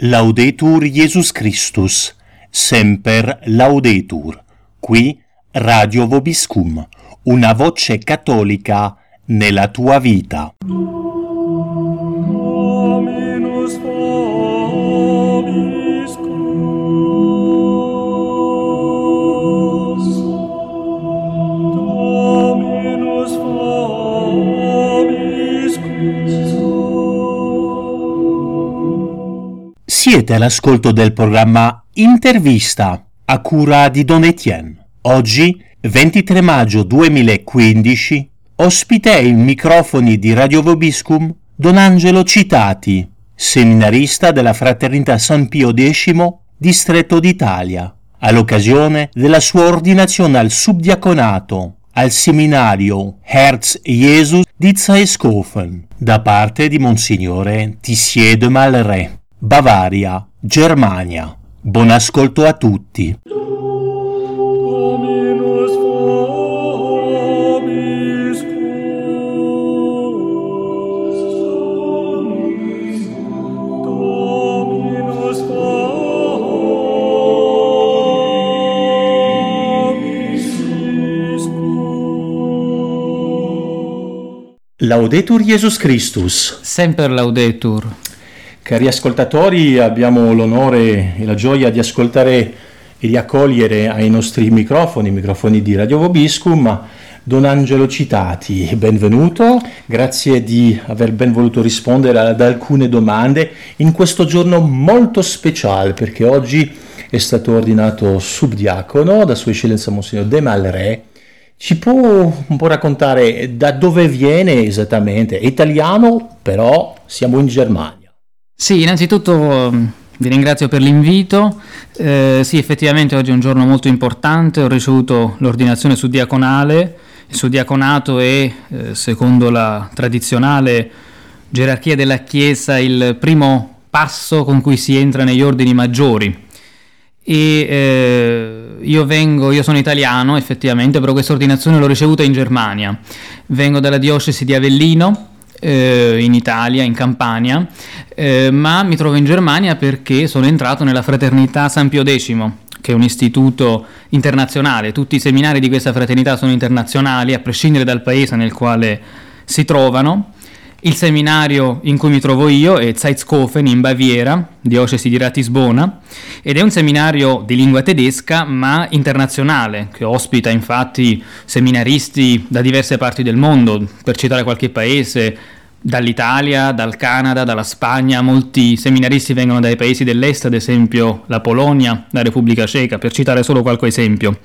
Laudetur Jesus Christus, semper laudetur. Qui Radio Vobiscum, una voce cattolica nella tua vita. Dominus vobiscus. Dominus vobiscus. Siete all'ascolto del programma Intervista a cura di Don Etienne. Oggi, 23 maggio 2015, ospite ai microfoni di Radio Vobiscum Don Angelo Citati, seminarista della Fraternità San Pio X, Distretto d'Italia, all'occasione della sua ordinazione al subdiaconato al seminario Herz Jesus di Zeisskofen da parte di Monsignore Tissier de Maleret, Bavaria, Germania. Buon ascolto a tutti. Dominus vobiscus. Dominus vobiscus. Laudetur Jesus Christus. Semper laudetur. Cari ascoltatori, abbiamo l'onore e la gioia di ascoltare e di accogliere ai nostri microfoni di Radio Vobiscum, Don Angelo Citati. Benvenuto, grazie di aver ben voluto rispondere ad alcune domande in questo giorno molto speciale, perché oggi è stato ordinato subdiacono da Sua Eccellenza Monsignor de Maleret. Ci può un po' raccontare da dove viene esattamente? È italiano, però siamo in Germania. Sì, innanzitutto vi ringrazio per l'invito. Sì, effettivamente oggi è un giorno molto importante, ho ricevuto l'ordinazione suddiaconale. Il suddiaconato è, secondo la tradizionale gerarchia della Chiesa, il primo passo con cui si entra negli ordini maggiori. E io sono italiano effettivamente, però questa ordinazione l'ho ricevuta in Germania. Vengo dalla diocesi di Avellino, in Italia, in Campania, ma mi trovo in Germania perché sono entrato nella Fraternità San Pio X, che è un istituto internazionale. Tutti i seminari di questa fraternità sono internazionali, a prescindere dal paese nel quale si trovano. Il seminario in cui mi trovo io è Zeisskofen in Baviera, diocesi di Ratisbona, ed è un seminario di lingua tedesca ma internazionale, che ospita infatti seminaristi da diverse parti del mondo. Per citare qualche paese, dall'Italia, dal Canada, dalla Spagna, molti seminaristi vengono dai paesi dell'est, ad esempio la Polonia, la Repubblica Ceca, per citare solo qualche esempio.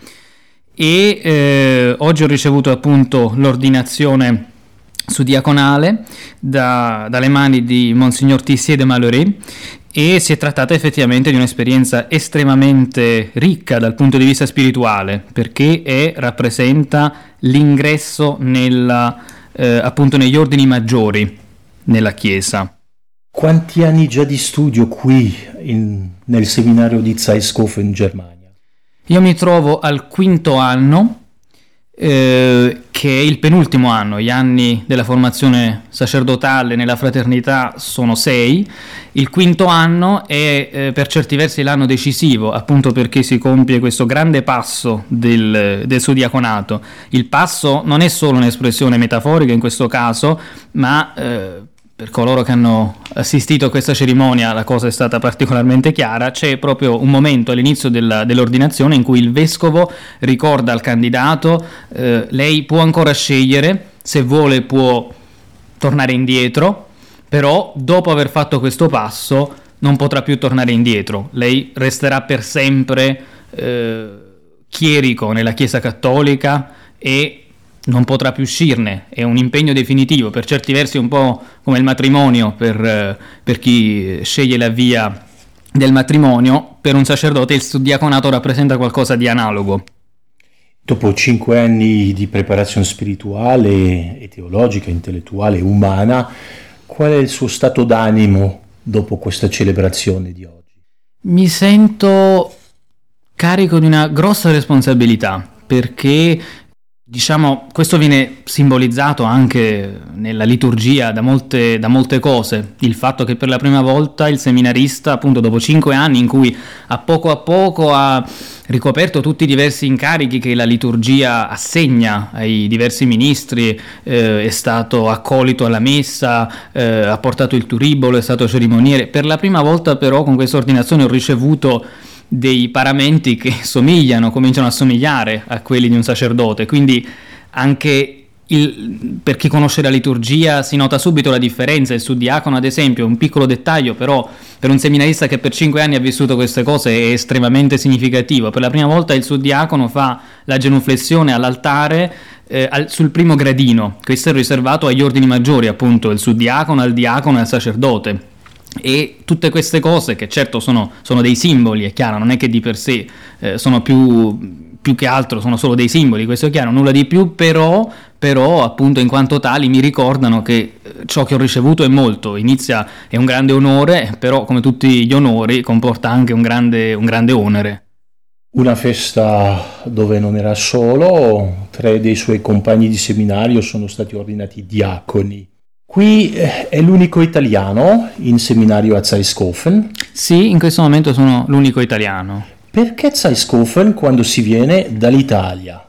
E oggi ho ricevuto appunto l'ordinazione suddiaconale dalle mani di Monsignor Tissier de Maleret, e si è trattata effettivamente di un'esperienza estremamente ricca dal punto di vista spirituale, perché rappresenta l'ingresso appunto negli ordini maggiori nella Chiesa. Quanti anni già di studio qui nel seminario di Zeisskofen in Germania? Io mi trovo al quinto anno, che è il penultimo anno. Gli anni della formazione sacerdotale nella fraternità sono 6, il quinto anno è per certi versi l'anno decisivo, appunto perché si compie questo grande passo del suo diaconato. Il passo non è solo un'espressione metaforica in questo caso, ma per coloro che hanno assistito a questa cerimonia la cosa è stata particolarmente chiara. C'è proprio un momento all'inizio dell'ordinazione in cui il vescovo ricorda al candidato: lei può ancora scegliere, se vuole può tornare indietro, però dopo aver fatto questo passo non potrà più tornare indietro. Lei resterà per sempre chierico nella Chiesa Cattolica e non potrà più uscirne. È un impegno definitivo, per certi versi un po' come il matrimonio per chi sceglie la via del matrimonio. Per un sacerdote il suddiaconato rappresenta qualcosa di analogo. Dopo 5 anni di preparazione spirituale e teologica, intellettuale e umana, qual è il suo stato d'animo dopo questa celebrazione di oggi? Mi sento carico di una grossa responsabilità, perché Diciamo, questo viene simbolizzato anche nella liturgia da molte cose. Il fatto che per la prima volta il seminarista, appunto dopo 5 anni in cui a poco ha ricoperto tutti i diversi incarichi che la liturgia assegna ai diversi ministri, è stato accolito alla messa, ha portato il turibolo, è stato cerimoniere. Per la prima volta però con questa ordinazione ho ricevuto dei paramenti che cominciano a somigliare a quelli di un sacerdote, quindi anche per chi conosce la liturgia si nota subito la differenza. Il suddiacono, ad esempio, un piccolo dettaglio, però per un seminarista che per 5 anni ha vissuto queste cose è estremamente significativo. Per la prima volta il suddiacono fa la genuflessione all'altare sul primo gradino. Questo è riservato agli ordini maggiori, appunto, il suddiacono, al diacono e al sacerdote. E tutte queste cose, che certo sono dei simboli, è chiaro, non è che di per sé sono più che altro, sono solo dei simboli, questo è chiaro, nulla di più, però appunto in quanto tali mi ricordano che ciò che ho ricevuto è molto. È un grande onore, però come tutti gli onori comporta anche un grande onere. Una festa dove non era solo, 3 dei suoi compagni di seminario sono stati ordinati diaconi. Qui è l'unico italiano in seminario a Zeiscofen? Sì, in questo momento sono l'unico italiano. Perché Zeiscofen quando si viene dall'Italia?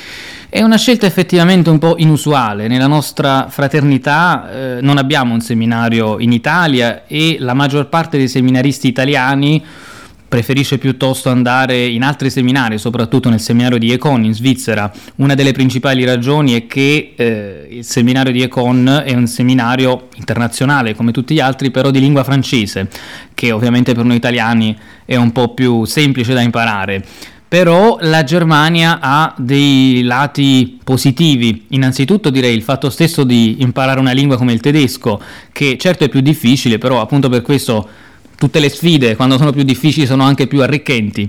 È una scelta effettivamente un po' inusuale. Nella nostra fraternità non abbiamo un seminario in Italia e la maggior parte dei seminaristi italiani preferisce piuttosto andare in altri seminari, soprattutto nel seminario di Econ in Svizzera. Una delle principali ragioni è che il seminario di Econ è un seminario internazionale come tutti gli altri, però di lingua francese, che ovviamente per noi italiani è un po' più semplice da imparare. Però la Germania ha dei lati positivi. Innanzitutto direi il fatto stesso di imparare una lingua come il tedesco, che certo è più difficile, però appunto per questo tutte le sfide, quando sono più difficili, sono anche più arricchenti.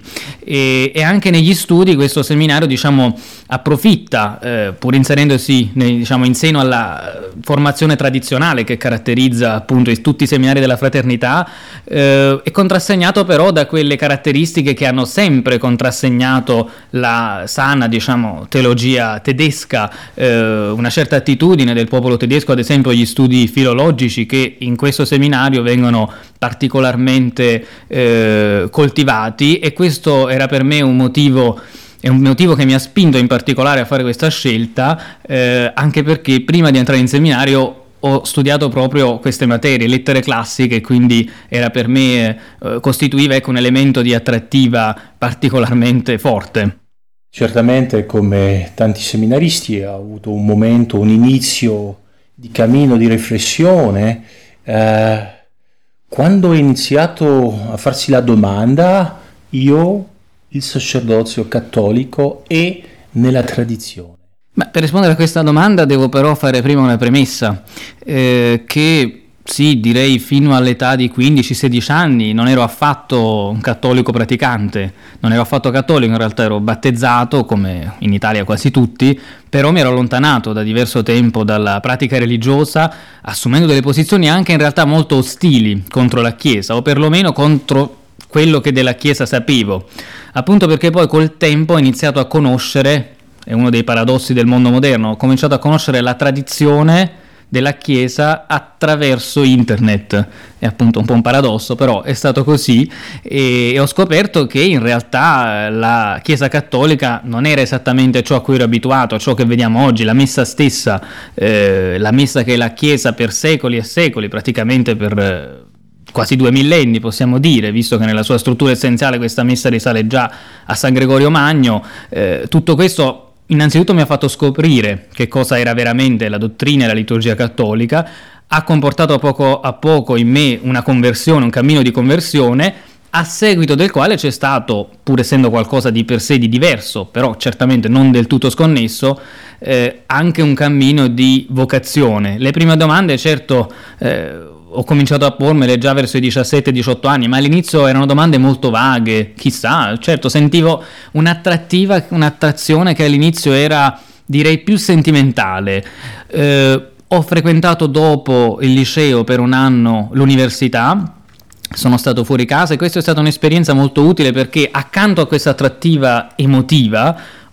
E anche negli studi questo seminario, approfitta, pur inserendosi in seno alla formazione tradizionale che caratterizza appunto tutti i seminari della fraternità, è contrassegnato però da quelle caratteristiche che hanno sempre contrassegnato la sana, teologia tedesca, una certa attitudine del popolo tedesco, ad esempio gli studi filologici, che in questo seminario vengono particolarmente coltivati, e questo era per me un motivo che mi ha spinto in particolare a fare questa scelta, anche perché prima di entrare in seminario ho studiato proprio queste materie, lettere classiche, quindi era per me costituiva un elemento di attrattiva particolarmente forte. Certamente, come tanti seminaristi, ha avuto un inizio di cammino di riflessione. Quando ho iniziato a farsi la domanda, il sacerdozio cattolico e nella tradizione. Per rispondere a questa domanda devo però fare prima una premessa, che sì, direi fino all'età di 15-16 anni non ero affatto un cattolico praticante, non ero affatto cattolico, in realtà ero battezzato come in Italia quasi tutti, però mi ero allontanato da diverso tempo dalla pratica religiosa, assumendo delle posizioni anche in realtà molto ostili contro la Chiesa, o perlomeno contro quello che della Chiesa sapevo, appunto perché poi col tempo ho iniziato a conoscere, è uno dei paradossi del mondo moderno, ho cominciato a conoscere la tradizione della Chiesa attraverso internet. È appunto un po' un paradosso, però è stato così, e ho scoperto che in realtà la Chiesa cattolica non era esattamente ciò a cui ero abituato, ciò che vediamo oggi, la messa stessa, la messa che la Chiesa per secoli e secoli, praticamente per quasi 2 millenni possiamo dire, visto che nella sua struttura essenziale questa messa risale già a San Gregorio Magno, tutto questo innanzitutto mi ha fatto scoprire che cosa era veramente la dottrina e la liturgia cattolica, ha comportato a poco in me una conversione, un cammino di conversione, a seguito del quale c'è stato, pur essendo qualcosa di per sé di diverso, però certamente non del tutto sconnesso, anche un cammino di vocazione. Le prime domande, certo, ho cominciato a pormele già verso i 17-18 anni, ma all'inizio erano domande molto vaghe, chissà, certo sentivo un'attrazione che all'inizio era, direi, più sentimentale. Ho frequentato dopo il liceo per un anno l'università, sono stato fuori casa e questa è stata un'esperienza molto utile perché accanto a questa attrattiva emotiva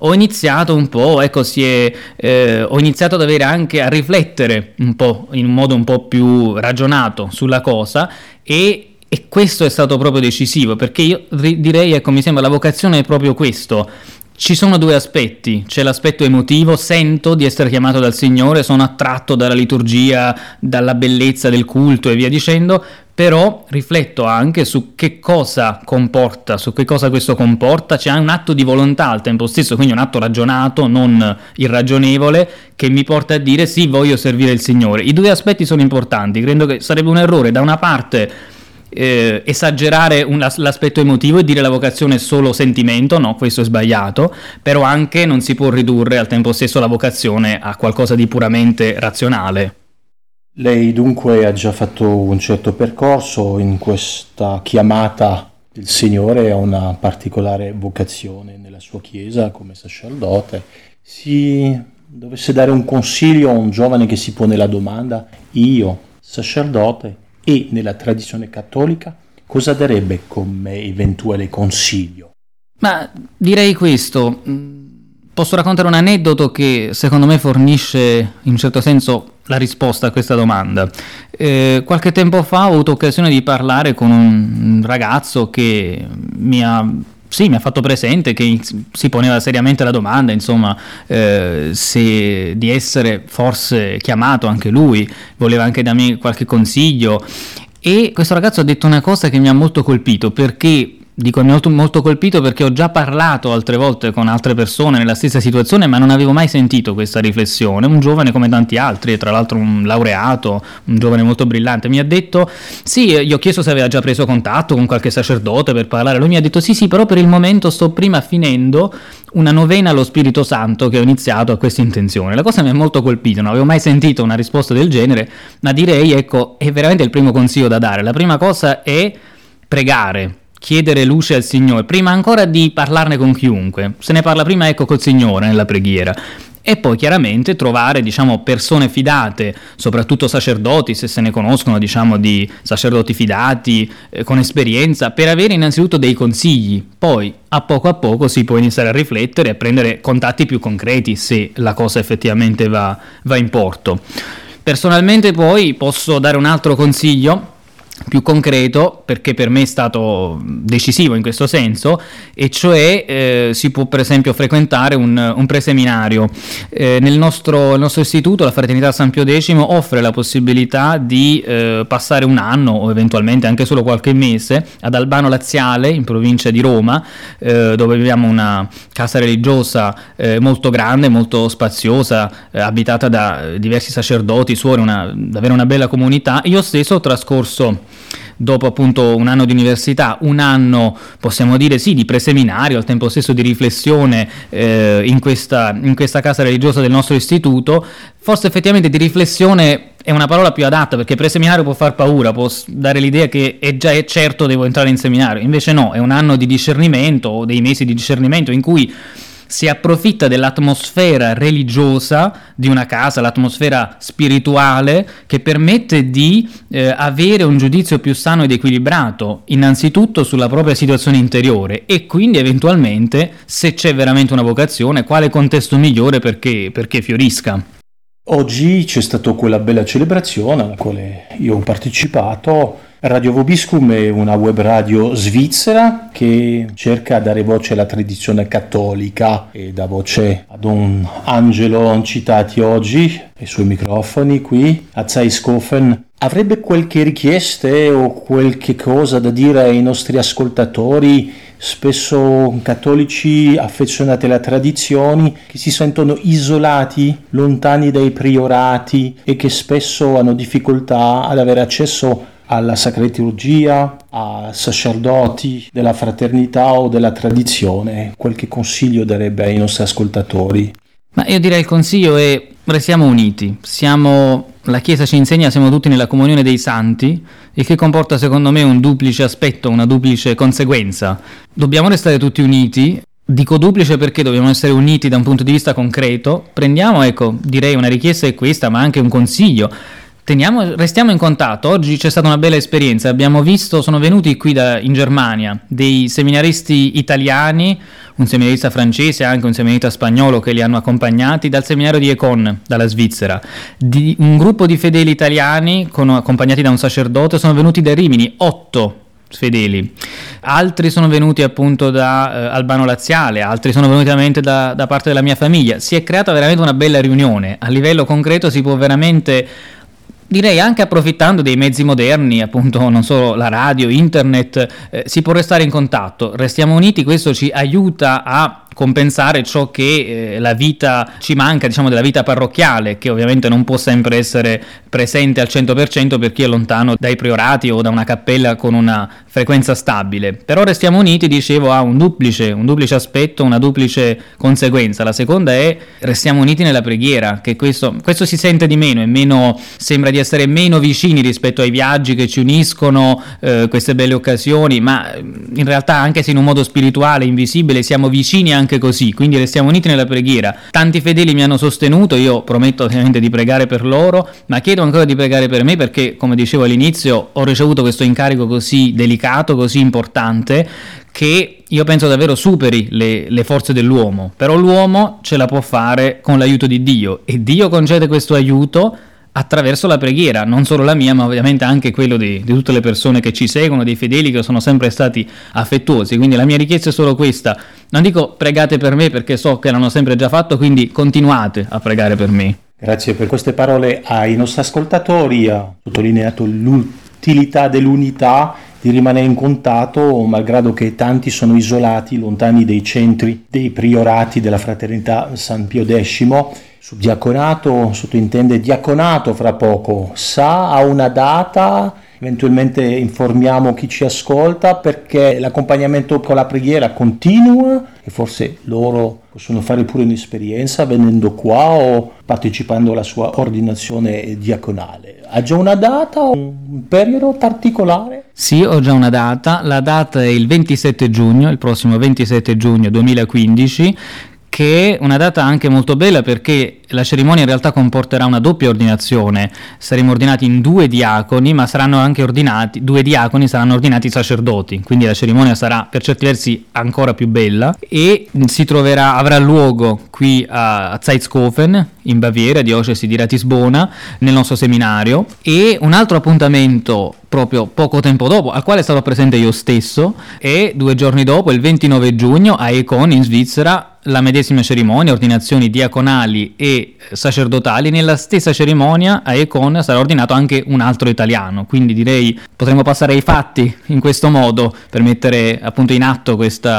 ho iniziato un po', ecco, ho iniziato ad avere anche a riflettere un po' in un modo un po' più ragionato sulla cosa, e questo è stato proprio decisivo, perché io direi, ecco, mi sembra la vocazione è proprio questo. Ci sono due aspetti: c'è l'aspetto emotivo, sento di essere chiamato dal Signore, sono attratto dalla liturgia, dalla bellezza del culto e via dicendo, però rifletto anche su che cosa comporta, su che cosa questo comporta. C'è un atto di volontà al tempo stesso, quindi un atto ragionato, non irragionevole, che mi porta a dire sì, voglio servire il Signore. I due aspetti sono importanti. Credo che sarebbe un errore da una parte esagerare l'aspetto emotivo e dire la vocazione è solo sentimento. No, questo è sbagliato, però anche non si può ridurre al tempo stesso la vocazione a qualcosa di puramente razionale. Lei dunque ha già fatto un certo percorso in questa chiamata del Signore a una particolare vocazione nella sua chiesa come sacerdote. Si dovesse dare un consiglio a un giovane che si pone la domanda: io, sacerdote, e nella tradizione cattolica, cosa darebbe come eventuale consiglio? Ma direi questo: posso raccontare un aneddoto che secondo me fornisce in un certo senso la risposta a questa domanda. Qualche tempo fa ho avuto occasione di parlare con un ragazzo che mi ha fatto presente che si poneva seriamente la domanda, insomma, se di essere forse chiamato anche lui, voleva anche da me qualche consiglio. E questo ragazzo ha detto una cosa che mi ha molto colpito, perché dico molto colpito perché ho già parlato altre volte con altre persone nella stessa situazione, ma non avevo mai sentito questa riflessione. Un giovane come tanti altri, tra l'altro un laureato, un giovane molto brillante, mi ha detto sì, gli ho chiesto se aveva già preso contatto con qualche sacerdote per parlare. Lui mi ha detto sì, però per il momento sto prima finendo una novena allo Spirito Santo che ho iniziato a questa intenzione. La cosa mi ha molto colpito, non avevo mai sentito una risposta del genere, ma direi, ecco, è veramente il primo consiglio da dare. La prima cosa è pregare, chiedere luce al Signore, prima ancora di parlarne con chiunque. Se ne parla prima, ecco, col Signore nella preghiera. E poi chiaramente trovare, persone fidate, soprattutto sacerdoti, se se ne conoscono, di sacerdoti fidati, con esperienza, per avere innanzitutto dei consigli. Poi a poco si può iniziare a riflettere e a prendere contatti più concreti se la cosa effettivamente va in porto. Personalmente poi posso dare un altro consiglio più concreto, perché per me è stato decisivo in questo senso, e cioè si può per esempio frequentare un preseminario. Nel nostro istituto, la Fraternità San Pio X offre la possibilità di passare un anno o eventualmente anche solo qualche mese ad Albano Laziale, in provincia di Roma, dove viviamo una casa religiosa molto grande, molto spaziosa, abitata da diversi sacerdoti, suore, davvero una bella comunità. Io stesso ho trascorso, dopo appunto un anno di università, un anno, possiamo dire sì, di preseminario, al tempo stesso di riflessione in questa casa religiosa del nostro istituto. Forse effettivamente di riflessione è una parola più adatta, perché preseminario può far paura, può dare l'idea che è certo devo entrare in seminario. Invece no, è un anno di discernimento, o dei mesi di discernimento, in cui si approfitta dell'atmosfera religiosa di una casa, l'atmosfera spirituale, che permette di avere un giudizio più sano ed equilibrato, innanzitutto sulla propria situazione interiore, e quindi eventualmente, se c'è veramente una vocazione, quale contesto migliore perché fiorisca. Oggi c'è stata quella bella celebrazione alla quale io ho partecipato. Radio Vobiscum è una web radio svizzera che cerca di dare voce alla tradizione cattolica e dà voce ad un Angelo citati oggi ai suoi microfoni qui a Zeisskofen. Avrebbe qualche richiesta o qualche cosa da dire ai nostri ascoltatori, spesso cattolici affezionati alle tradizioni, che si sentono isolati, lontani dai priorati e che spesso hanno difficoltà ad avere accesso alla sacra liturgia, a sacerdoti della fraternità o della tradizione? Qualche consiglio darebbe ai nostri ascoltatori? Ma io direi il consiglio è: restiamo uniti, la Chiesa ci insegna, siamo tutti nella comunione dei santi, il che comporta secondo me un duplice aspetto, una duplice conseguenza. Dobbiamo restare tutti uniti. Dico duplice perché dobbiamo essere uniti da un punto di vista concreto. Prendiamo, direi una richiesta è questa, ma anche un consiglio. Restiamo in contatto. Oggi c'è stata una bella esperienza. Sono venuti qui in Germania dei seminaristi italiani, un seminarista francese e anche un seminarista spagnolo che li hanno accompagnati dal seminario di Econ, dalla Svizzera. Un gruppo di fedeli italiani accompagnati da un sacerdote sono venuti da Rimini, 8 fedeli. Altri sono venuti appunto da Albano Laziale, altri sono venuti veramente da parte della mia famiglia. Si è creata veramente una bella riunione. A livello concreto si può veramente, direi anche approfittando dei mezzi moderni, appunto non solo la radio, internet, si può restare in contatto. Restiamo uniti, questo ci aiuta a compensare ciò che la vita ci manca, diciamo, della vita parrocchiale, che ovviamente non può sempre essere presente al 100% per chi è lontano dai priorati o da una cappella con una frequenza stabile. Però restiamo uniti, dicevo, ha un duplice aspetto, una duplice conseguenza. La seconda è restiamo uniti nella preghiera, che questo si sente di meno, sembra di essere meno vicini rispetto ai viaggi che ci uniscono, queste belle occasioni, ma in realtà anche se in un modo spirituale, invisibile, siamo vicini anche così, quindi restiamo uniti nella preghiera. Tanti fedeli mi hanno sostenuto, io prometto ovviamente di pregare per loro, ma chiedo ancora di pregare per me perché, come dicevo all'inizio, ho ricevuto questo incarico così delicato, così importante, che io penso davvero superi le forze dell'uomo, però l'uomo ce la può fare con l'aiuto di Dio, e Dio concede questo aiuto attraverso la preghiera, non solo la mia, ma ovviamente anche quello di tutte le persone che ci seguono, dei fedeli che sono sempre stati affettuosi. Quindi la mia richiesta è solo questa: non dico pregate per me perché so che l'hanno sempre già fatto, quindi continuate a pregare per me. Grazie per queste parole ai nostri ascoltatori. Ha sottolineato l'utilità dell'unità, di rimanere in contatto, malgrado che tanti sono isolati, lontani dai centri, dei priorati della Fraternità San Pio X. Subdiaconato, sottintende diaconato fra poco. Ha una data? Eventualmente informiamo chi ci ascolta, perché l'accompagnamento con la preghiera continua e forse loro possono fare pure un'esperienza venendo qua o partecipando alla sua ordinazione diaconale. Ha già una data o un periodo particolare? Sì, ho già una data. La data è il 27 giugno, il prossimo 27 giugno 2015, che è una data anche molto bella perché la cerimonia in realtà comporterà una doppia ordinazione. Saremo ordinati in 2 diaconi, ma saranno anche ordinati, 2 diaconi saranno ordinati sacerdoti, quindi la cerimonia sarà per certi versi ancora più bella e avrà luogo qui a Zeitskofen, in Baviera, diocesi di Ratisbona, nel nostro seminario. E un altro appuntamento proprio poco tempo dopo, al quale sarò presente io stesso, e 2 giorni dopo, il 29 giugno, a Econ in Svizzera, la medesima cerimonia, ordinazioni diaconali e sacerdotali. Nella stessa cerimonia a Econ sarà ordinato anche un altro italiano, quindi direi potremmo passare ai fatti in questo modo per mettere appunto in atto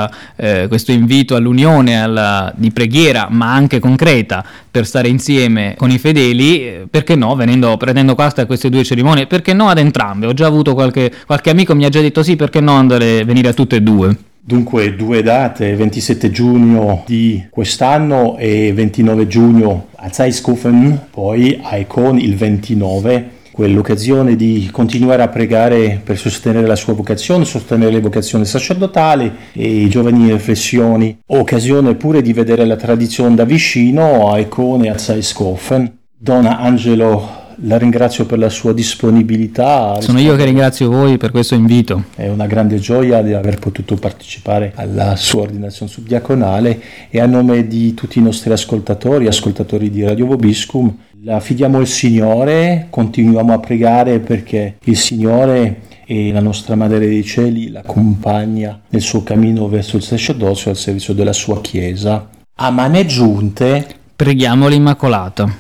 questo invito all'unione, di preghiera ma anche concreta, per stare insieme con i fedeli, perché no, prendendo parte a queste 2 cerimonie, perché no ad entrambe. Ho già avuto qualche amico mi ha già detto sì, perché no venire a tutte e 2. Dunque 2 date, 27 giugno di quest'anno e 29 giugno a Zeitskofen, poi a Econ il 29, quell'occasione di continuare a pregare per sostenere la sua vocazione, sostenere le vocazioni sacerdotali e i giovani in riflessioni, occasione pure di vedere la tradizione da vicino a Econ e a Zeitskofen. Don Angelo, la ringrazio per la sua disponibilità. Sono io che ringrazio voi per questo invito. È una grande gioia di aver potuto partecipare alla sua ordinazione subdiaconale, e a nome di tutti i nostri ascoltatori di Radio Vobiscum, la affidiamo al Signore, continuiamo a pregare perché il Signore e la nostra Madre dei Cieli l'accompagna nel suo cammino verso il sacerdozio al servizio della sua Chiesa. A mani giunte preghiamo l'Immacolata.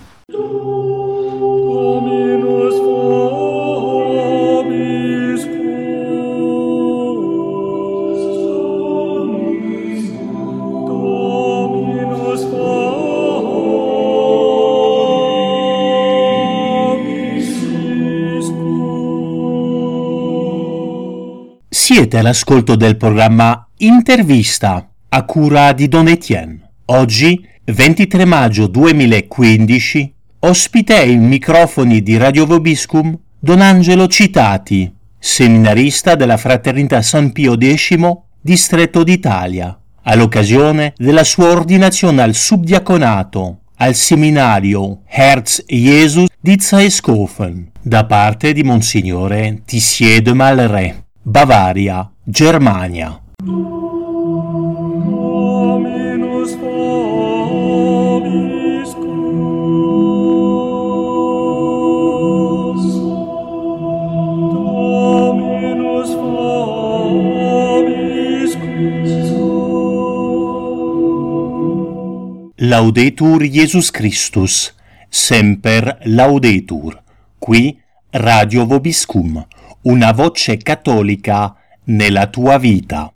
Siete all'ascolto del programma Intervista a cura di Don Etienne. Oggi, 23 maggio 2015, ospite ai microfoni di Radio Vobiscum Don Angelo Citati, seminarista della Fraternità San Pio X, Distretto d'Italia, all'occasione della sua ordinazione al subdiaconato al seminario Herz Jesus di Zeishofen da parte di Monsignore Tissier de Malray, Bavaria, Germania. Dominus vobiscus. Dominus vobiscus. Laudetur Jesus Christus, semper laudetur. Qui Radio Vobiscum, una voce cattolica nella tua vita.